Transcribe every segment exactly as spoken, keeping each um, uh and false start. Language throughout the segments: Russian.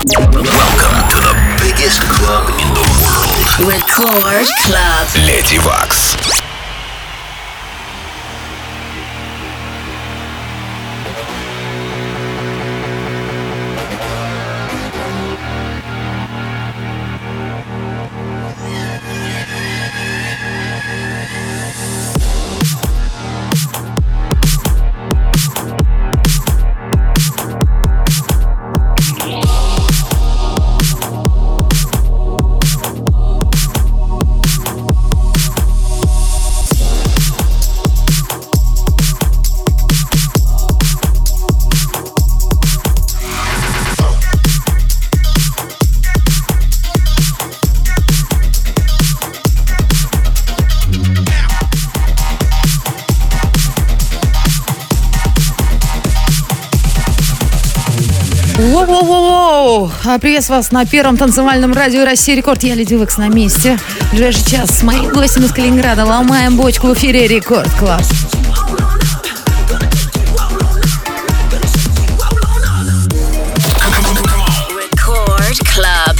Welcome to the biggest club in the world. Record Club. Lady Wax. Воу-воу-воу! Приветствую вас на первом танцевальном радио России Рекорд. Я Леди Векс на месте. В ближайший час с моим гостем из Калининграда ломаем бочку в эфире Рекорд Клаб. Record Club.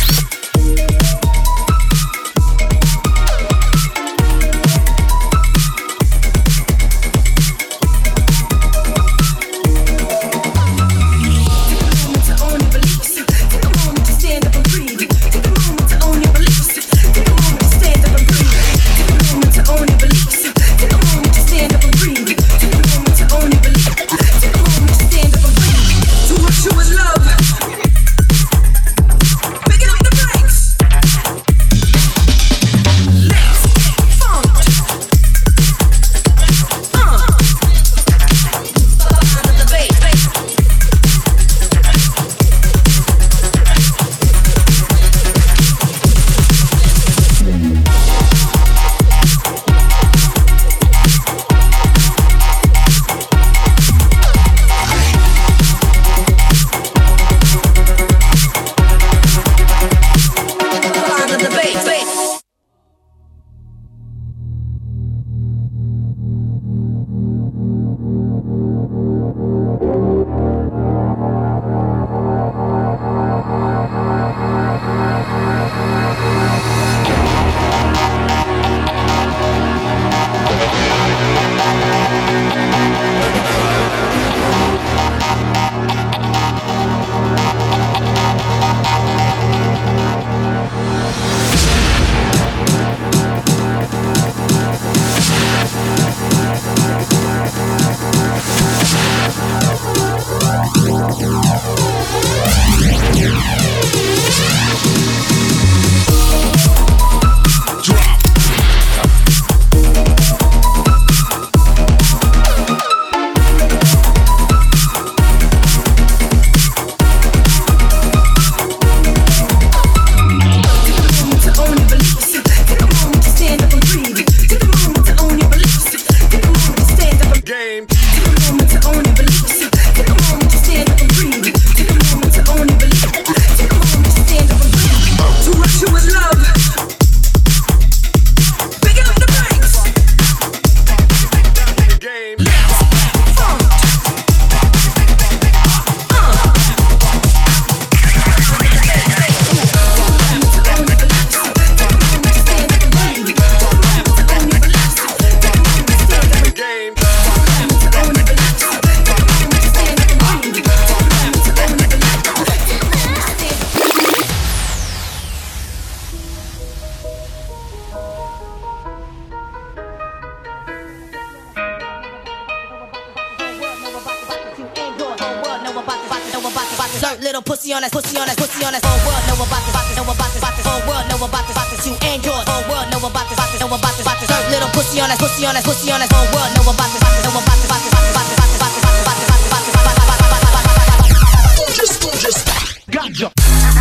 Little pussy on us, pussy on us, pussy on us. Whole world know about this, about this, know about this, about this. Whole world know about this, about this. You and yours. Whole world know about this, about this, know about this, about this. Little pussy on us, pussy on us, pussy on us. Whole world know about this, about this, know about this, about this, about this, about this, about this, about this, about this, about this. Just, just, gotcha.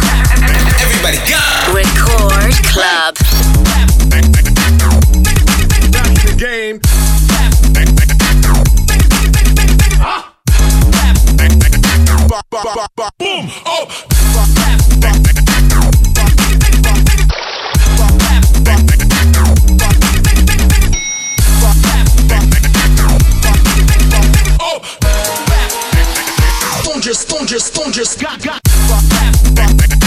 Everybody go! Record Club. That's the game. Huh? Boom! Oh! Don't just, don't just, don't just, got, got.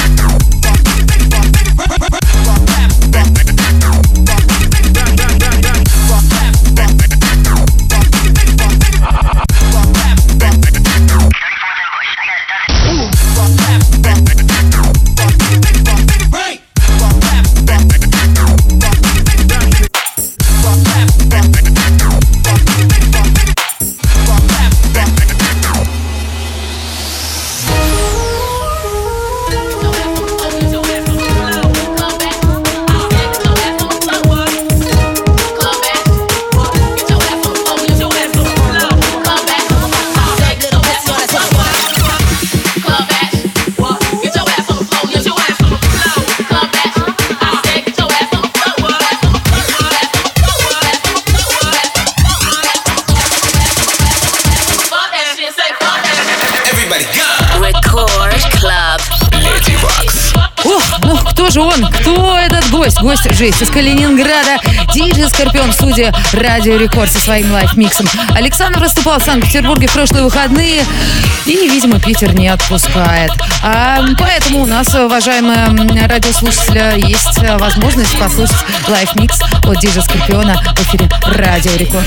кто же он? Кто этот гость? Гость же из Калининграда. Диджей Скорпион в студии Радио Рекорд со своим лайф-миксом. Александр выступал в Санкт-Петербурге в прошлые выходные. И, видимо, Питер не отпускает. А, поэтому у нас, уважаемые радиослушатели, есть возможность послушать лайф-микс от Диджея Скорпиона в эфире Радио Рекорд.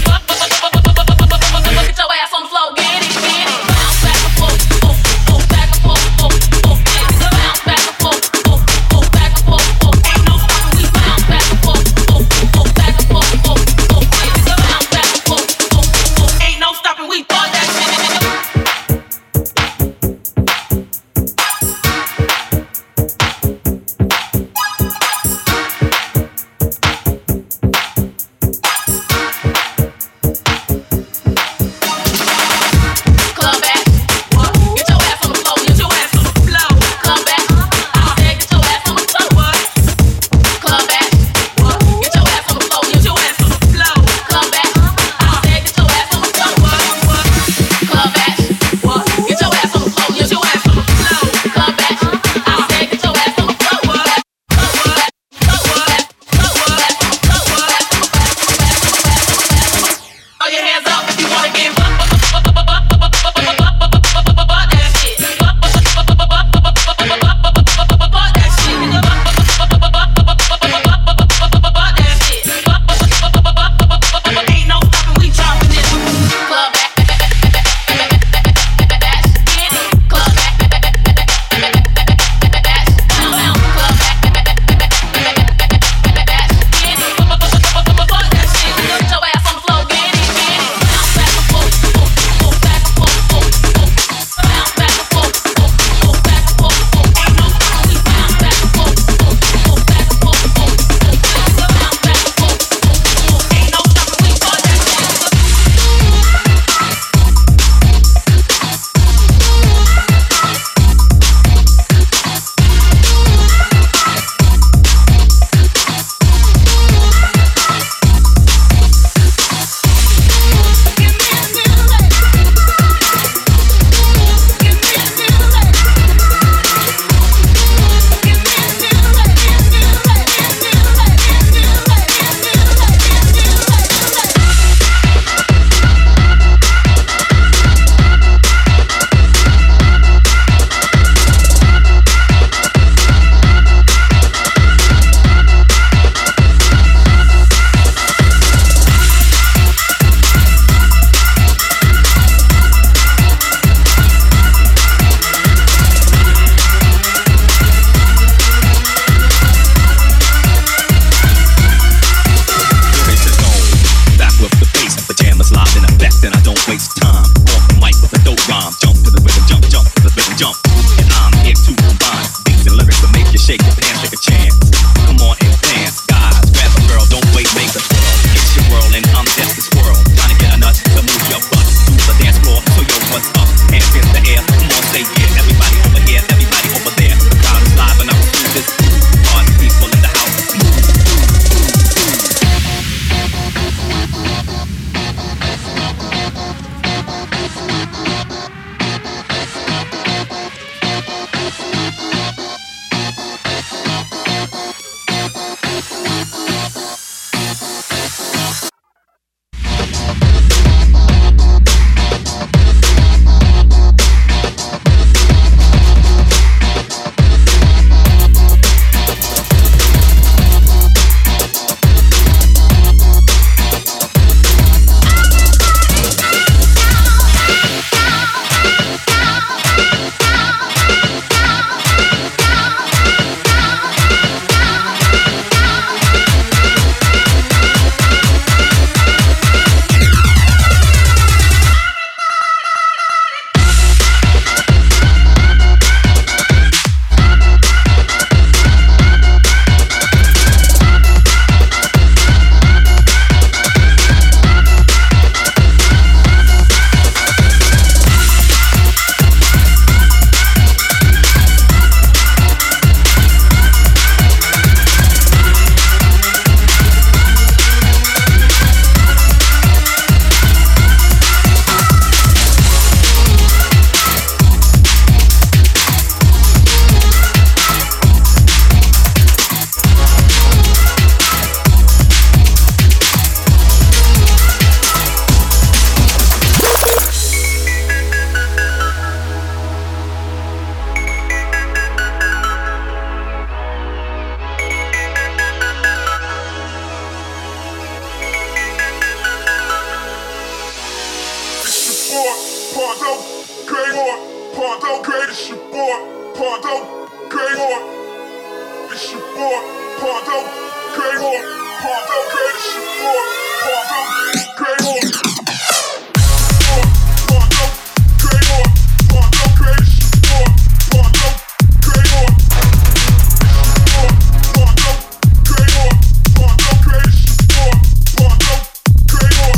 Pardo, K-Hawk. It's your boy, Pardo, K-Hawk. Pardo, K, it's your boy, Pardo, K-Hawk. Pardo, K-Hawk. Pardo, K, it's your boy, Pardo, K-Hawk. Pardo, K-Hawk. Pardo, K, it's your boy, Pardo, K-Hawk.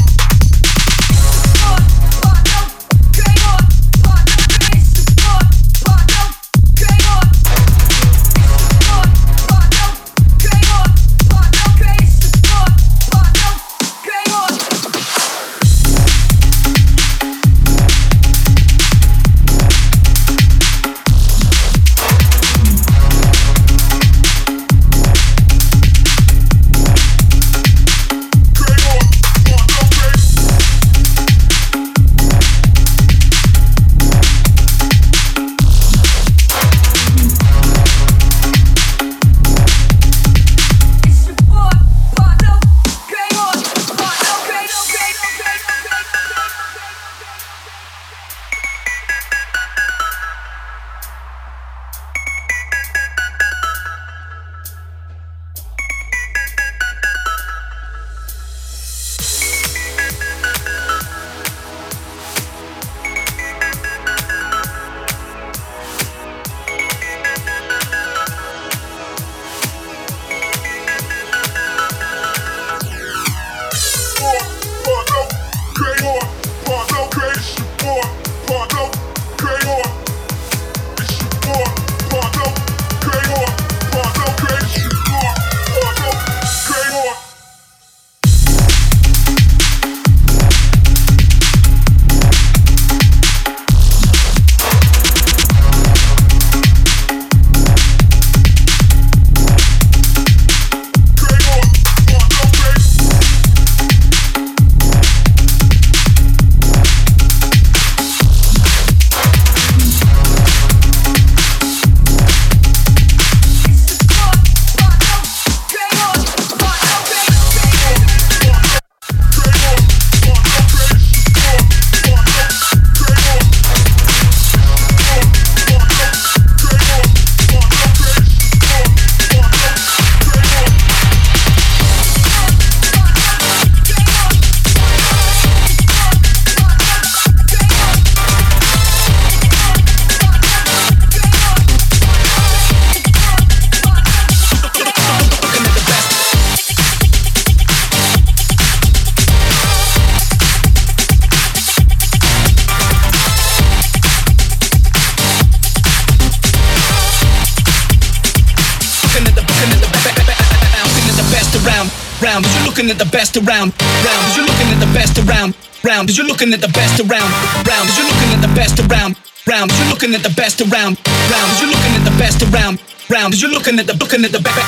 round, cause you're looking at the best around, round, cause you're looking at the best around, round, cause you're looking at the best around, round, cause you're looking at the best around, round, cause you're looking at the best around, round, cause you're looking at the best around, round, cause you're looking at the looking at the looking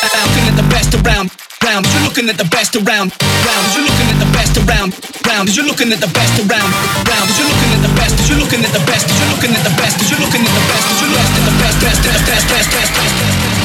at the best around, round, cause you're looking at the best around, round, cause you're looking at the best around, round, cause you're looking at the best around, round, cause you're looking at the best, cause you're looking at the best, cause you're looking at the best, cause you're looking at the best, cause you're looking at the best, best, best, best, best, best, best.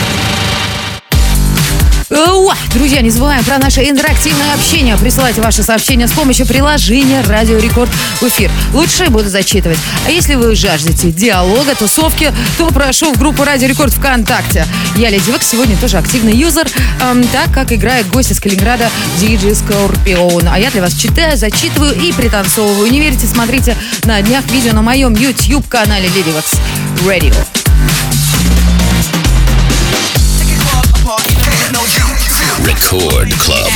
О, друзья, не забываем про наше интерактивное общение. Присылайте ваши сообщения с помощью приложения Радио Рекорд в эфир. Лучшие буду зачитывать. А если вы жаждете диалога, тусовки, то прошу в группу Радио Рекорд ВКонтакте. Я Леди Векс, сегодня тоже активный юзер, эм, так как играет гость из Калининграда диджей Скорпион. А я для вас читаю, зачитываю и пританцовываю. Не верите, смотрите на днях видео на моем YouTube-канале Леди Векс Radio. Record Club.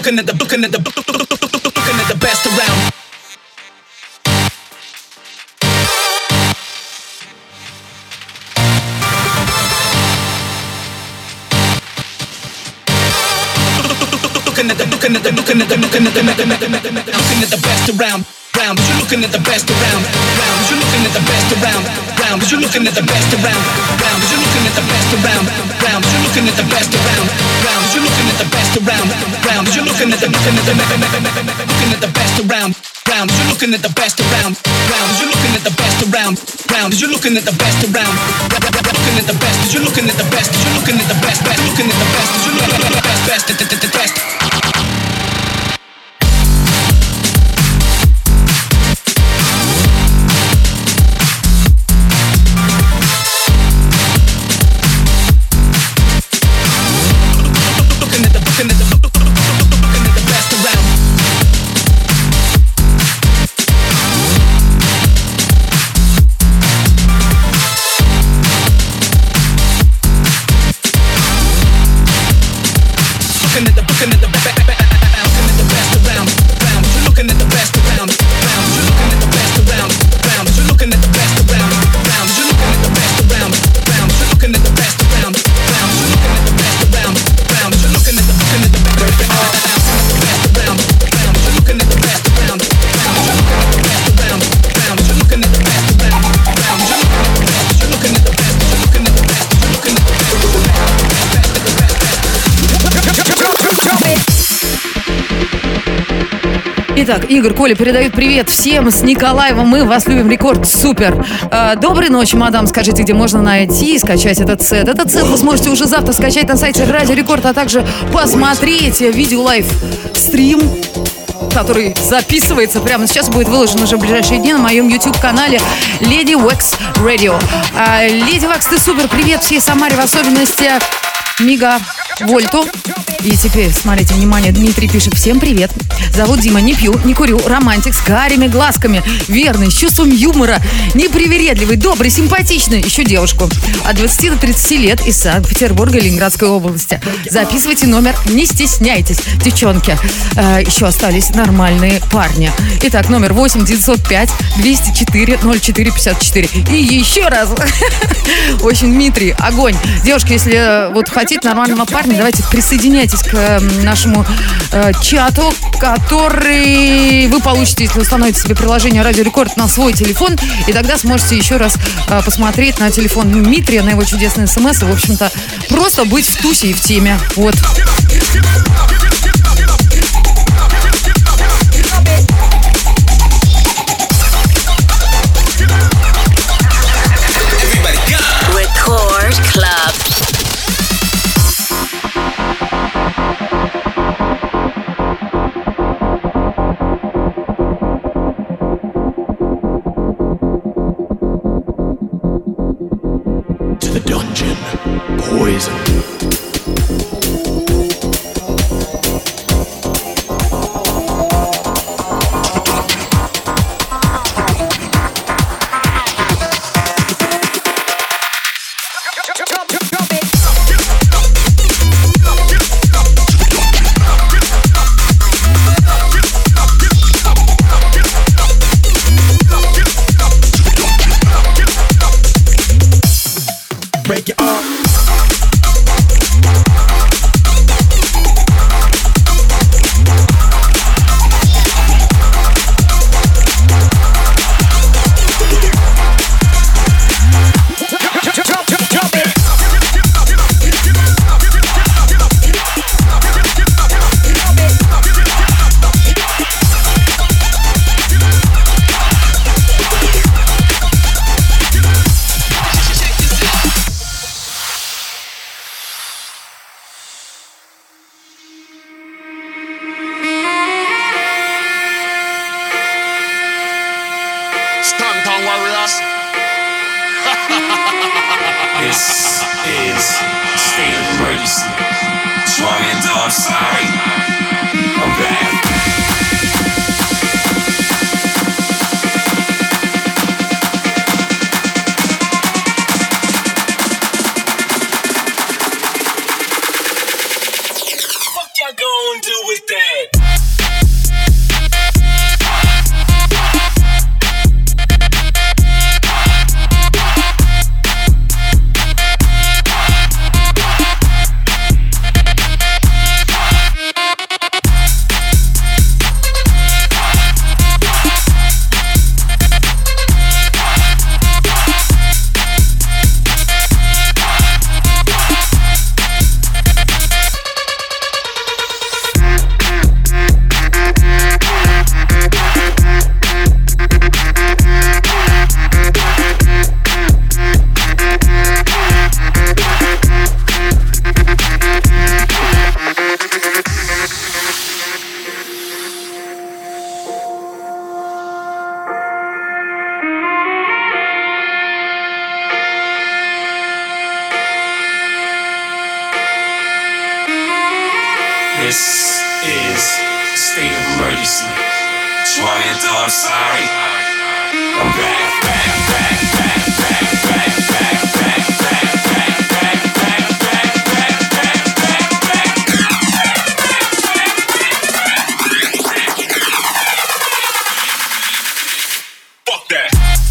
looking at the looking at the looking at the best around. Looking at the looking at the looking at the looking at the looking at the best around. Round, you're looking at the best around. Round, you're looking at the best around. Round, you're looking at the best around. Round, you're looking at the best around. Round, you're looking at the best around. Round, you're looking at the best around. Round, you're looking at the looking at the looking at the best around. Round, you're looking at the best around. Round, you're looking at the best around. Round, you're looking at the best around. Looking at the best, you're looking at the best, you're looking at the best, looking at the best, you're looking at the best, best, best, best. Итак, Игорь, Коля передают привет всем с Николаева. Мы вас любим. Рекорд. Супер. Э, доброй ночи, мадам. Скажите, где можно найти и скачать этот сет. Этот сет вы сможете уже завтра скачать на сайте Радио Рекорд, а также посмотреть видео лайв стрим, который записывается прямо сейчас, будет выложен уже в ближайшие дни на моем YouTube-канале Lady Wax Radio. А, Lady Wax, ты супер. Привет всей Самаре, в особенности Мига Вольту. И теперь, смотрите, внимание, Дмитрий пишет: всем привет. Зовут Дима, не пью, не курю, романтик с карими глазками, верный, с чувством юмора, непривередливый, добрый, симпатичный. Еще девушку от двадцати до тридцати лет из Санкт-Петербурга, Ленинградской области. Записывайте номер, не стесняйтесь, девчонки. Э, еще остались нормальные парни. Итак, номер восемь девятьсот пять двести четыре ноль четыре пятьдесят четыре. И еще раз. В общем, Дмитрий, огонь. Девушки, если вот хотите нормального парня, давайте присоединяйтесь к нашему э, чату, который вы получите, если установите себе приложение Радио Рекорд на свой телефон, и тогда сможете еще раз э, посмотреть на телефон Дмитрия, на его чудесные смс, и, в общем-то, просто быть в тусе и в теме. Вот. Record Club. Poison. Break your arm. Stanton Warriors. This is state of emergency. Strong and dog, sorry. I'm back. What y'all gonna do with that? This is a state of emergency. Trying to, I'm sorry. I'm back, back, back, back, back, back, back, back, back, back, back, back, back, back, back, back. Fuck that.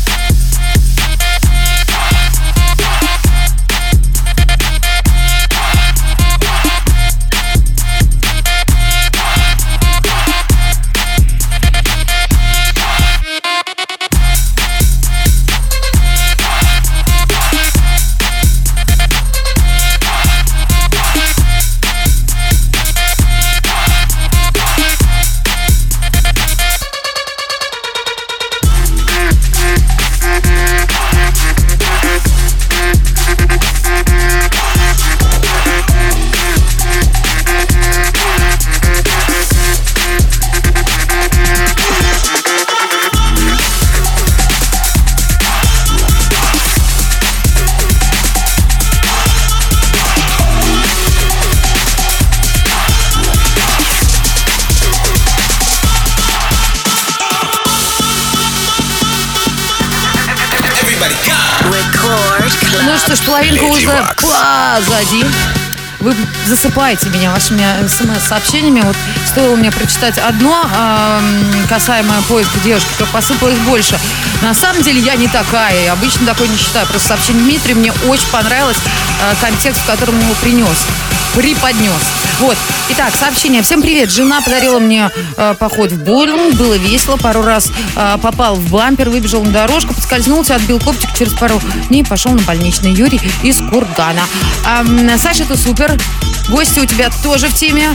Ну что ж, половинка уже позади. Вы засыпаете меня вашими смс-сообщениями. Вот стоило мне прочитать одно э, касаемо поиска девушки, как посыпалось больше. На самом деле я не такая. Я обычно такой не считаю. Просто сообщение Дмитрия мне очень понравилось. Э, контекст, в котором он его принес. Преподнес. Вот. Итак, сообщение. Всем привет. Жена подарила мне э, поход в боулинг. Было весело. Пару раз э, попал в бампер, выбежал на дорожку, подскользнулся, отбил копчик. Через пару дней пошел на больничный. Юрий из Кургана. Э, Саша, это супер. Гости у тебя тоже в теме.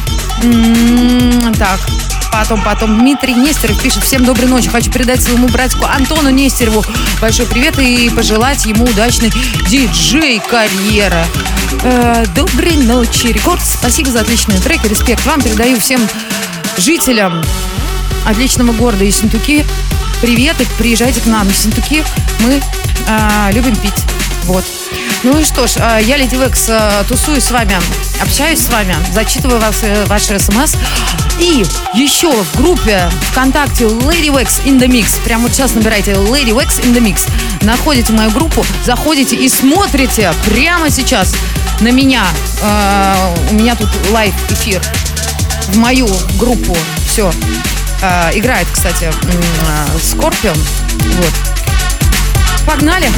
М-м-м, так. Потом, потом Дмитрий Нестеров пишет: всем доброй ночи. Хочу передать своему братику Антону Нестерову большой привет и пожелать ему удачной диджей-карьеры. Э, доброй ночи, Рекорд. Спасибо за отличный трек и респект вам. Передаю всем жителям отличного города Ессентуки привет и приезжайте к нам. В Ессентуки мы э, любим пить. Вот. Ну и что ж, я, Леди Векс, тусую с вами, общаюсь с вами, зачитываю вас, ваши смс. И еще в группе ВКонтакте Lady Wax in the Mix. Прямо вот сейчас набирайте Lady Wax in the Mix. Находите мою группу, заходите и смотрите прямо сейчас на меня. У меня тут лайв-эфир в мою группу. Все. Играет, кстати, Скорпион. Вот. Погнали!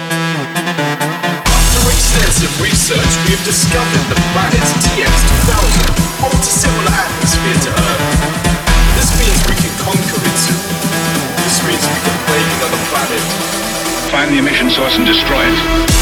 Research, we have discovered the planet's T X two thousand find the emission source and destroy it.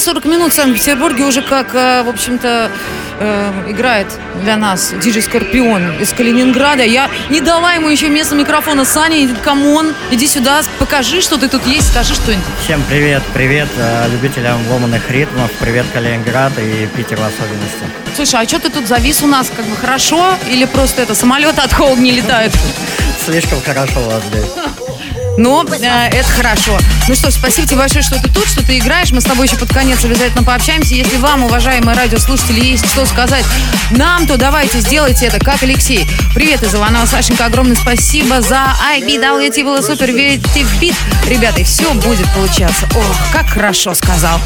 сорок минут в Санкт-Петербурге уже как, э, в общем-то, э, играет для нас диджей Скорпион из Калининграда. Я не дала ему еще место микрофона. Саня, камон, иди сюда, покажи, что ты тут есть, скажи что-нибудь. Всем привет, привет э, любителям ломаных ритмов, привет Калининград и Питер в особенности. Слушай, а что ты тут завис у нас, как бы хорошо? Или просто это, самолеты от холода не летают? Слишком хорошо у вас здесь. Но э, это хорошо. Ну что ж, спасибо тебе большое, что ты тут, что ты играешь. Мы с тобой еще под конец обязательно пообщаемся. Если вам, уважаемые радиослушатели, есть что сказать нам, то давайте сделайте это, как Алексей. Привет из Иванова, Сашенька, огромное спасибо за ай би дабл ю ти, было супер, верите в бит. Ребята, и все будет получаться. Ох, как хорошо сказал.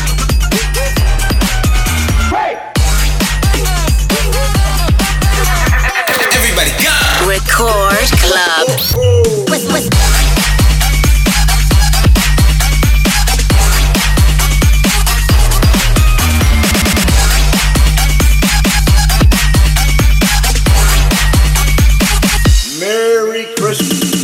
Record Club. West, west. Merry Christmas.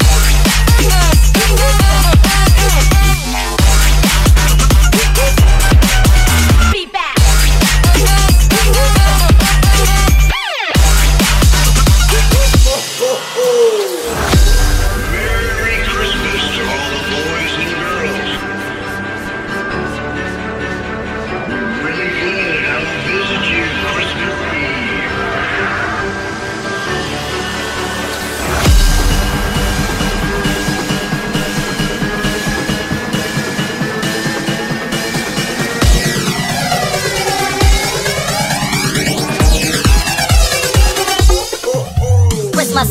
Christmas.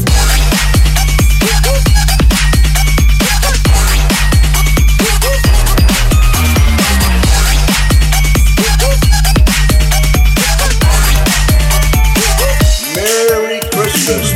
Merry Christmas.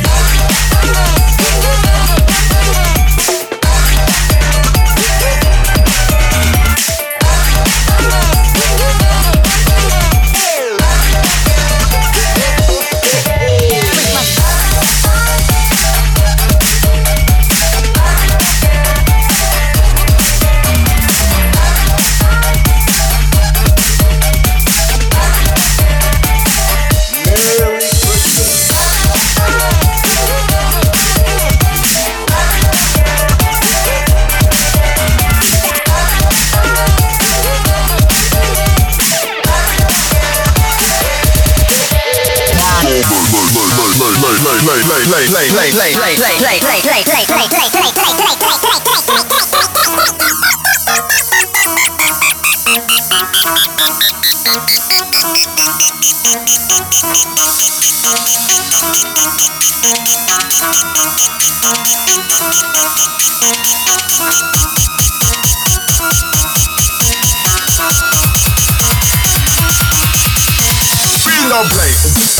Reload play.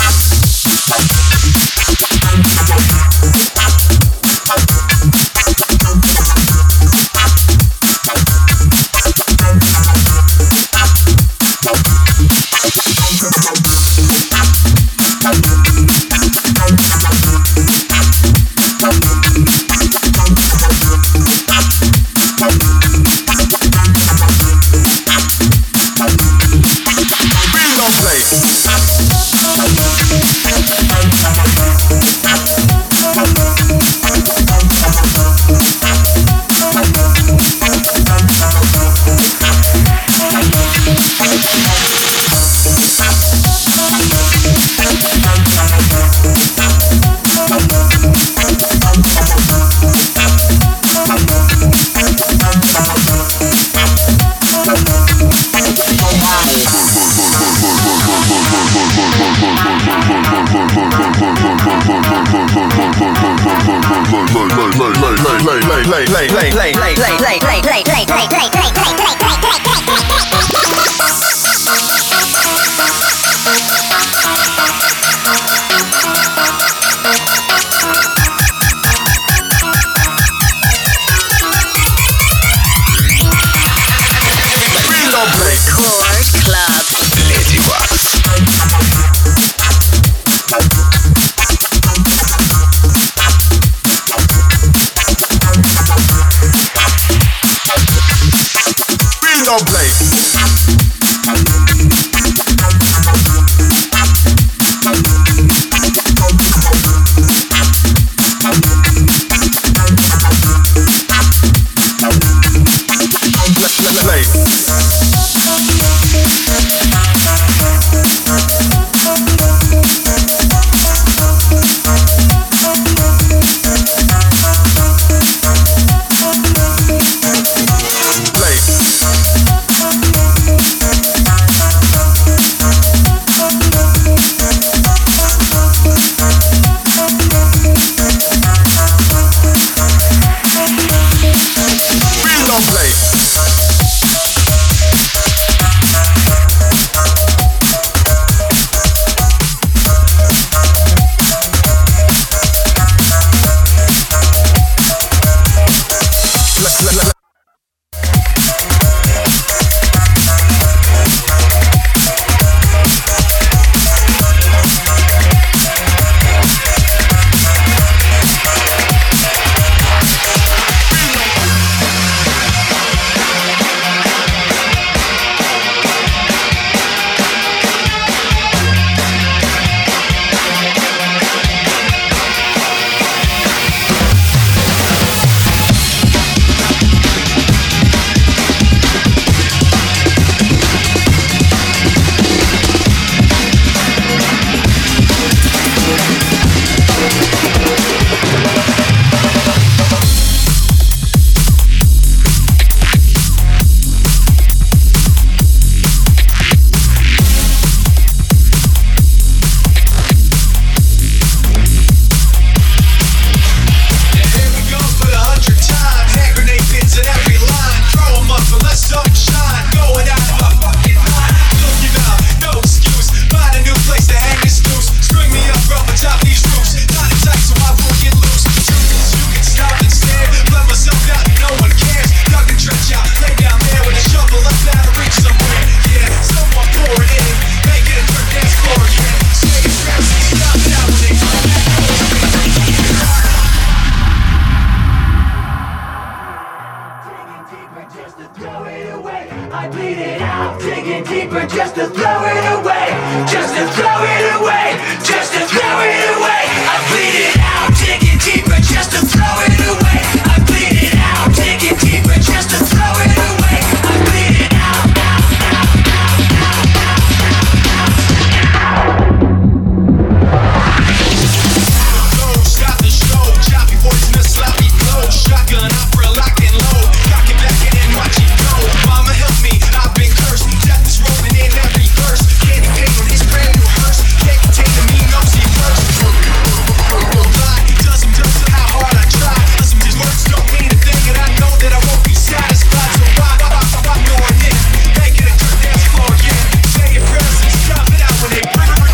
Record Club. Леди Вакс. throw it away, just to throw it away, just to throw it away. I bleed it out, digging deeper, just to throw it away. I bleed it out, digging deeper, just to throw it away. I bleed it out, out, out, out, out. Stop the show, choppy poisonous, sloppy flow, shotgun opera, lock and load, cock it back and then watch it go. Mama help me, I've been cursed, death is rolling in every verse. Candy paint on his brand new hearse, can't contain the mean nosy first. Lie, doesn't just how hard I try. Listen, these words don't mean a thing, and I know that I won't be satisfied. So why, why, why, why going in? Make it a good dance floor again. Say your prayers and stop it out when they bring it.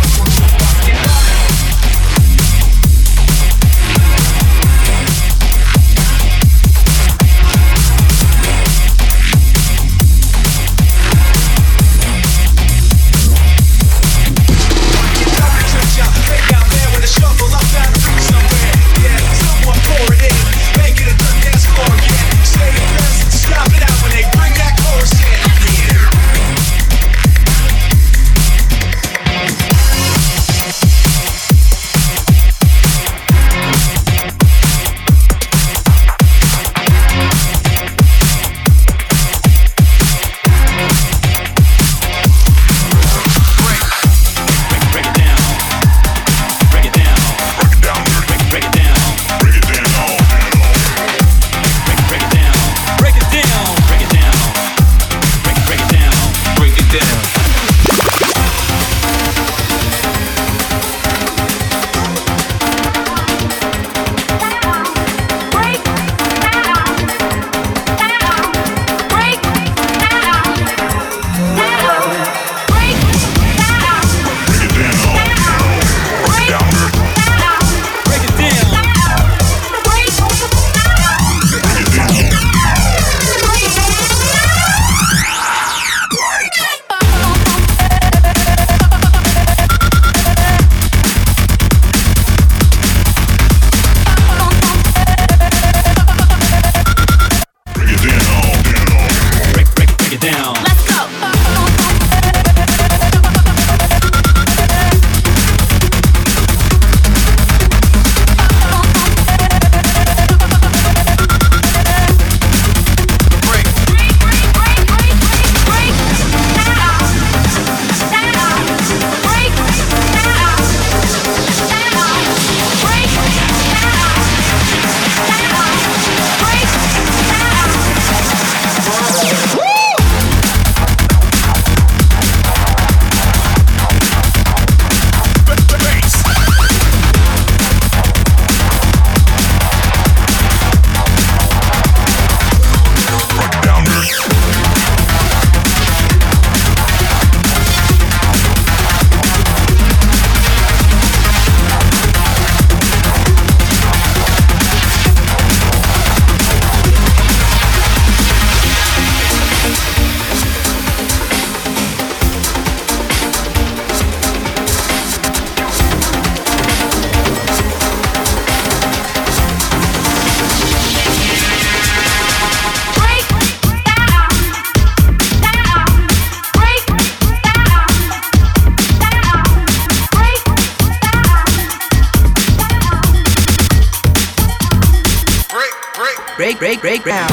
break, break, break, break.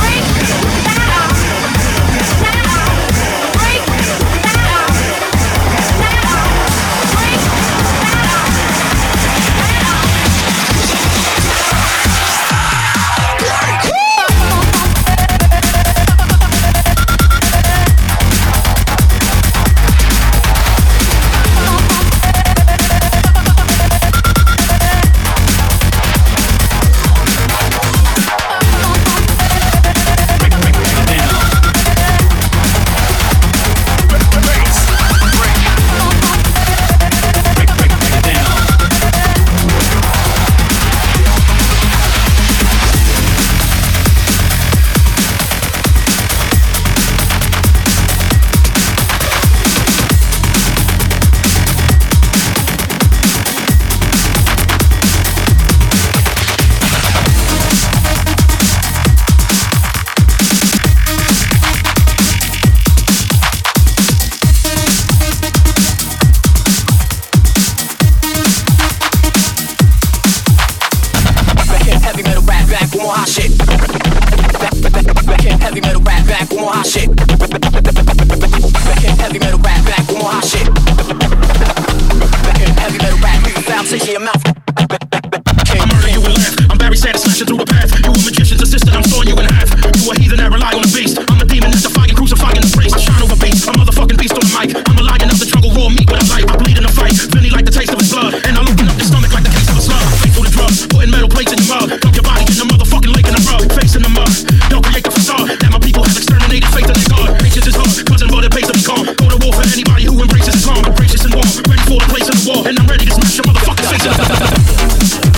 in your mouth. I murder you and laugh. I'm very sad slashing through the path. You a magician's assistant, I'm sawing you in half. You a heathen that rely on the beast. I'm a demon that's defying, crucifying the praise. I shine over beast, a motherfucking beast on the mic. I'm a lion of the jungle, raw meat with a light. I bleed in the fight, Vinny like the taste of his blood. And I loosen up your stomach like the case of a slug. Faithful to drugs, putting metal plates in your mug. Dump your body in the motherfucking lake in the rug. Face in the mud, don't create the facade that my people have exterminated faith in their God. Patience is hard, cousin but it pays to be calm. Go to war for anybody who embraces Islam. I'm gracious and warm, ready for the place in the wall. And I'm ready to smash your motherfucking face in the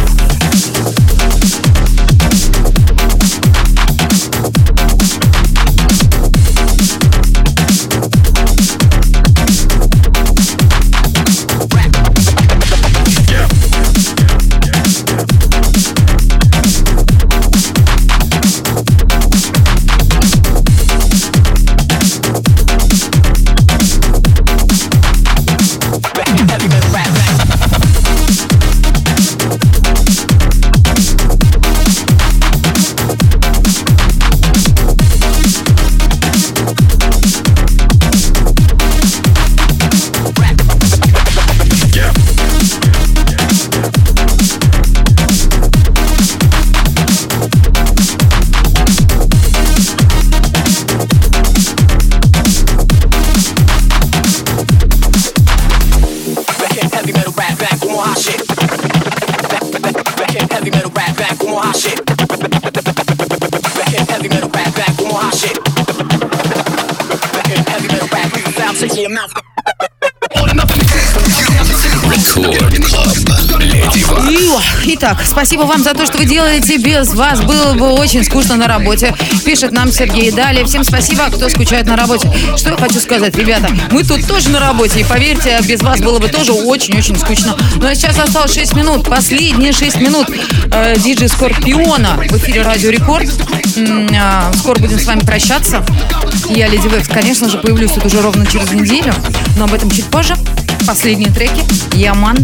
Итак, спасибо вам за то, что вы делаете. Без вас было бы очень скучно на работе. Пишет нам Сергей. Далее, всем спасибо, кто скучает на работе. Что я хочу сказать, ребята, мы тут тоже на работе. И поверьте, без вас было бы тоже очень-очень скучно. Ну а сейчас осталось шесть минут. Последние шесть минут э, диджей Скорпиона в эфире Радио Рекорд. М-м, скоро будем с вами прощаться. Я, Леди Вэвс, конечно же, появлюсь тут уже ровно через неделю. Но об этом чуть позже. Последние треки. Яман.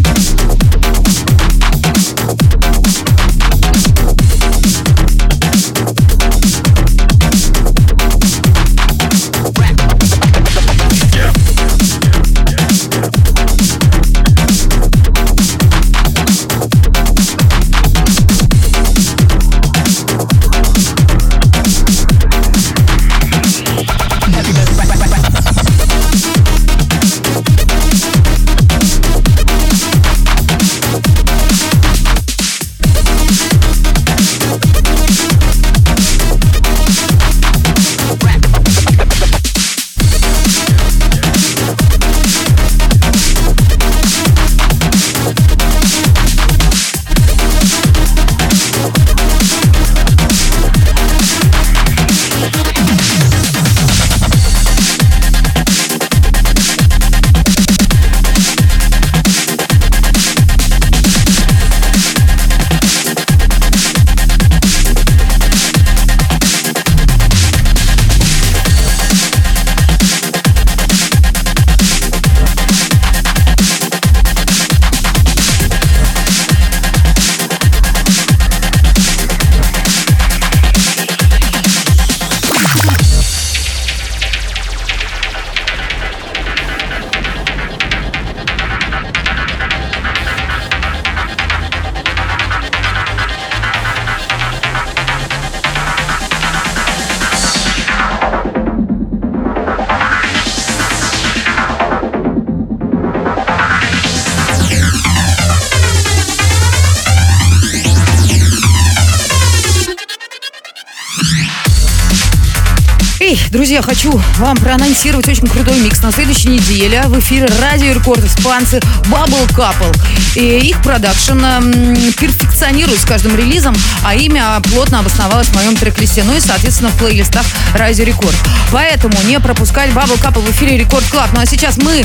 Друзья, хочу вам проанонсировать очень крутой микс на следующей неделе в эфире Радио Рекорд. Испанцы Bubble Couple. И их продакшн перфекционирует с каждым релизом, а имя плотно обосновалось в моем трек-листе, ну и, соответственно, в плейлистах Радио Рекорд. Поэтому не пропускать Bubble Couple в эфире Рекорд Клаб. Ну а сейчас мы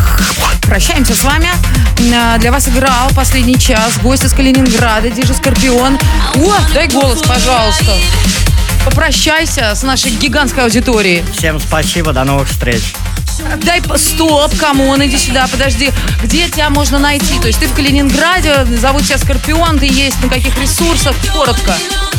прощаемся с вами. Для вас играл последний час гость из Калининграда, диджей Скорпион. О, дай голос, пожалуйста. Попрощайся с нашей гигантской аудиторией. Всем спасибо, до новых встреч. Дай, стоп, камон, иди сюда, подожди. Где тебя можно найти? То есть ты в Калининграде, зовут тебя Скорпион, ты есть на каких ресурсах? Коротко.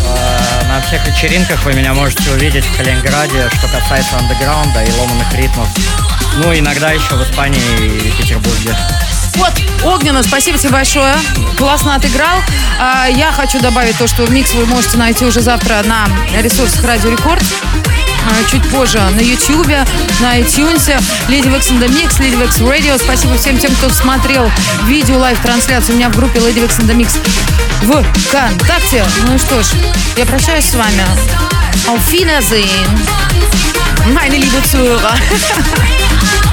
На всех вечеринках вы меня можете увидеть в Калининграде, что касается андеграунда и ломаных ритмов. Ну, иногда еще в Испании и Петербурге. Вот, Огненно, спасибо тебе большое. Классно отыграл. А, я хочу добавить то, что микс вы можете найти уже завтра на ресурсах Радио Рекорд. А, чуть позже на Ютьюбе, на iTunes. Lady Vex and the Mix, Lady Vex Radio. Спасибо всем тем, кто смотрел видео лайв-трансляцию у меня в группе Lady Vex and the Mix в ВКонтакте. Ну и что ж, я прощаюсь с вами. Auf Wiedersehen, meine liebe Zuhörer.